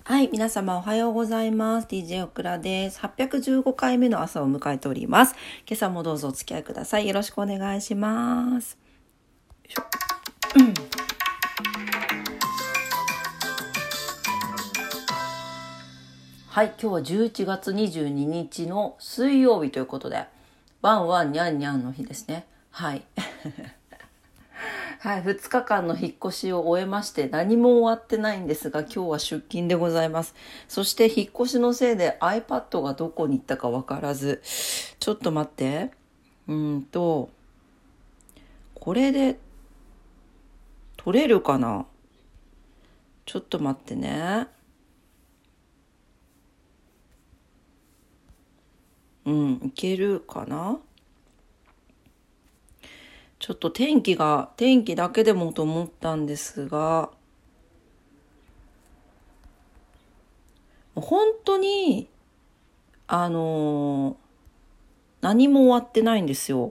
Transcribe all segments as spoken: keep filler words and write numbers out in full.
はい、皆様おはようございます。ディージェー オクラです。はっぴゃくじゅうごかいめの朝を迎えております。今朝もどうぞお付き合いください。よろしくお願いします。よいしょ。うん、はい、今日はじゅういちがつにじゅうににちの水曜日ということで、ワンワンニャンニャンの日ですね。はい。はい、ふつかかんの引っ越しを終えまして何も終わってないんですが、今日は出勤でございます。そして引っ越しのせいで iPad がどこに行ったかわからず、ちょっと待って、うーんとこれで取れるかな。ちょっと待ってね。うん、いけるかな。ちょっと天気が天気だけでもと思ったんですが、本当にあのー、何も終わってないんですよ。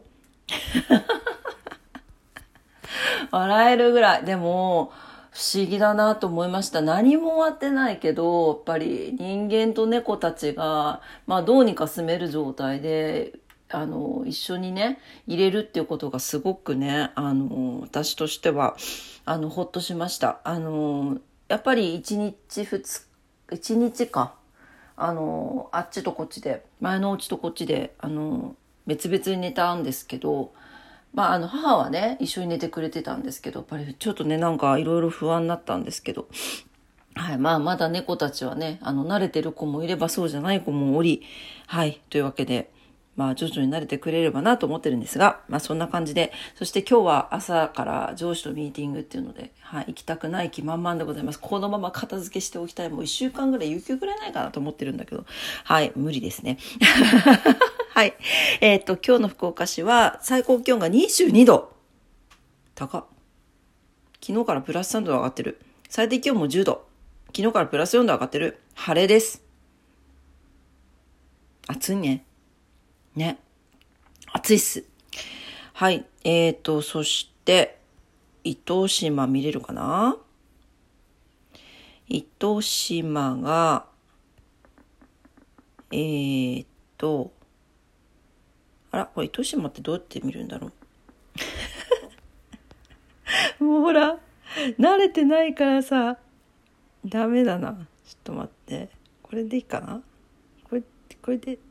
笑えるぐらい。でも不思議だなと思いました。何も終わってないけど、やっぱり人間と猫たちがまあどうにか住める状態であの一緒にね入れるっていうことがすごくね、あの私としてはあのほっとしました。あのやっぱり一日二日一日かあのあっちとこっちで前のうちとこっちであの別々に寝たんですけど、まあ、あの母はね一緒に寝てくれてたんですけど、やっぱりちょっとねなんかいろいろ不安になったんですけど、はい、まあまだ猫たちはねあの慣れてる子もいればそうじゃない子もおり、はいというわけでまあ徐々に慣れてくれればなと思ってるんですが、まあそんな感じで、そして今日は朝から上司とミーティングっていうので、はい、行きたくない気満々でございます。このまま片付けしておきたい。もういっしゅうかんぐらい有給くれないかなと思ってるんだけど、はい、無理ですね。はい。えーっと、今日の福岡市は最高気温がにじゅうにど。高っ。昨日からプラスさんど上がってる。最低気温もじゅうど。昨日からプラスよんど上がってる。晴れです。暑いね。ね。暑いっす。はい。えーと、そして、糸島見れるかな？糸島が、えーと、あら、これ糸島ってどうやって見るんだろう。もうほら、慣れてないからさ、ダメだな。ちょっと待って。これでいいかな？これ、これで、こ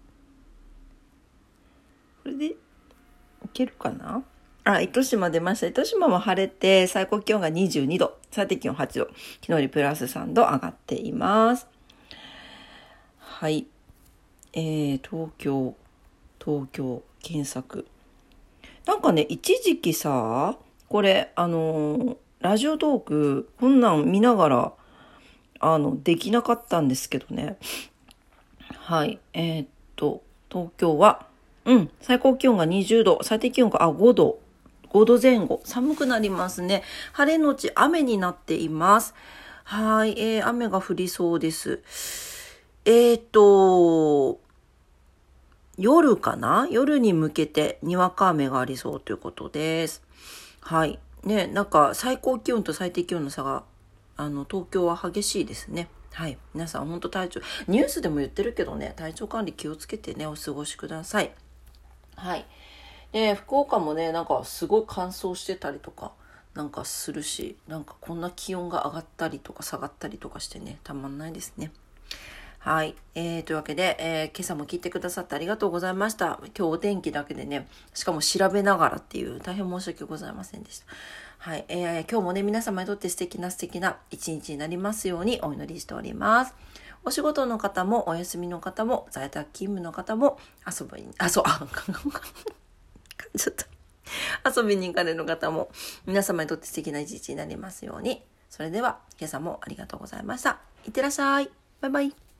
れでいけるかな？あ、糸島出ました。糸島も晴れて、最高気温がにじゅうにど、最低気温はちど、昨日よりプラスさんど上がっています。はい。えー、東京、東京、検索。なんかね、一時期さ、これ、あのー、ラジオトーク、こんなん見ながら、あの、できなかったんですけどね。はい。えー、っと、東京は、うん、最高気温がにじゅうど、最低気温が、あ、ごど。ごどぜん後。寒くなりますね。晴れのち雨になっています。はい、えー、雨が降りそうです。えーと、夜かな？夜に向けてにわか雨がありそうということです。はい。ね、なんか最高気温と最低気温の差が、あの、東京は激しいですね。はい。皆さん本当体調、ニュースでも言ってるけどね、体調管理気をつけてね、お過ごしください。はい。で、福岡もね、なんかすごい乾燥してたりとか、なんかするし、なんかこんな気温が上がったりとか下がったりとかしてね、たまんないですね。はい。えー、というわけで、えー、今朝も聞いてくださってありがとうございました。今日お天気だけでね、しかも調べながらっていう大変申し訳ございませんでした。はい。えー、今日もね、皆様にとって素敵な素敵な一日になりますようにお祈りしております。お仕事の方もお休みの方も在宅勤務の方も遊びに、あ、そう、あ、ちょっと遊びに行かれる方も皆様にとって素敵な一日になりますように。それでは今朝もありがとうございました。いってらっしゃい。バイバイ。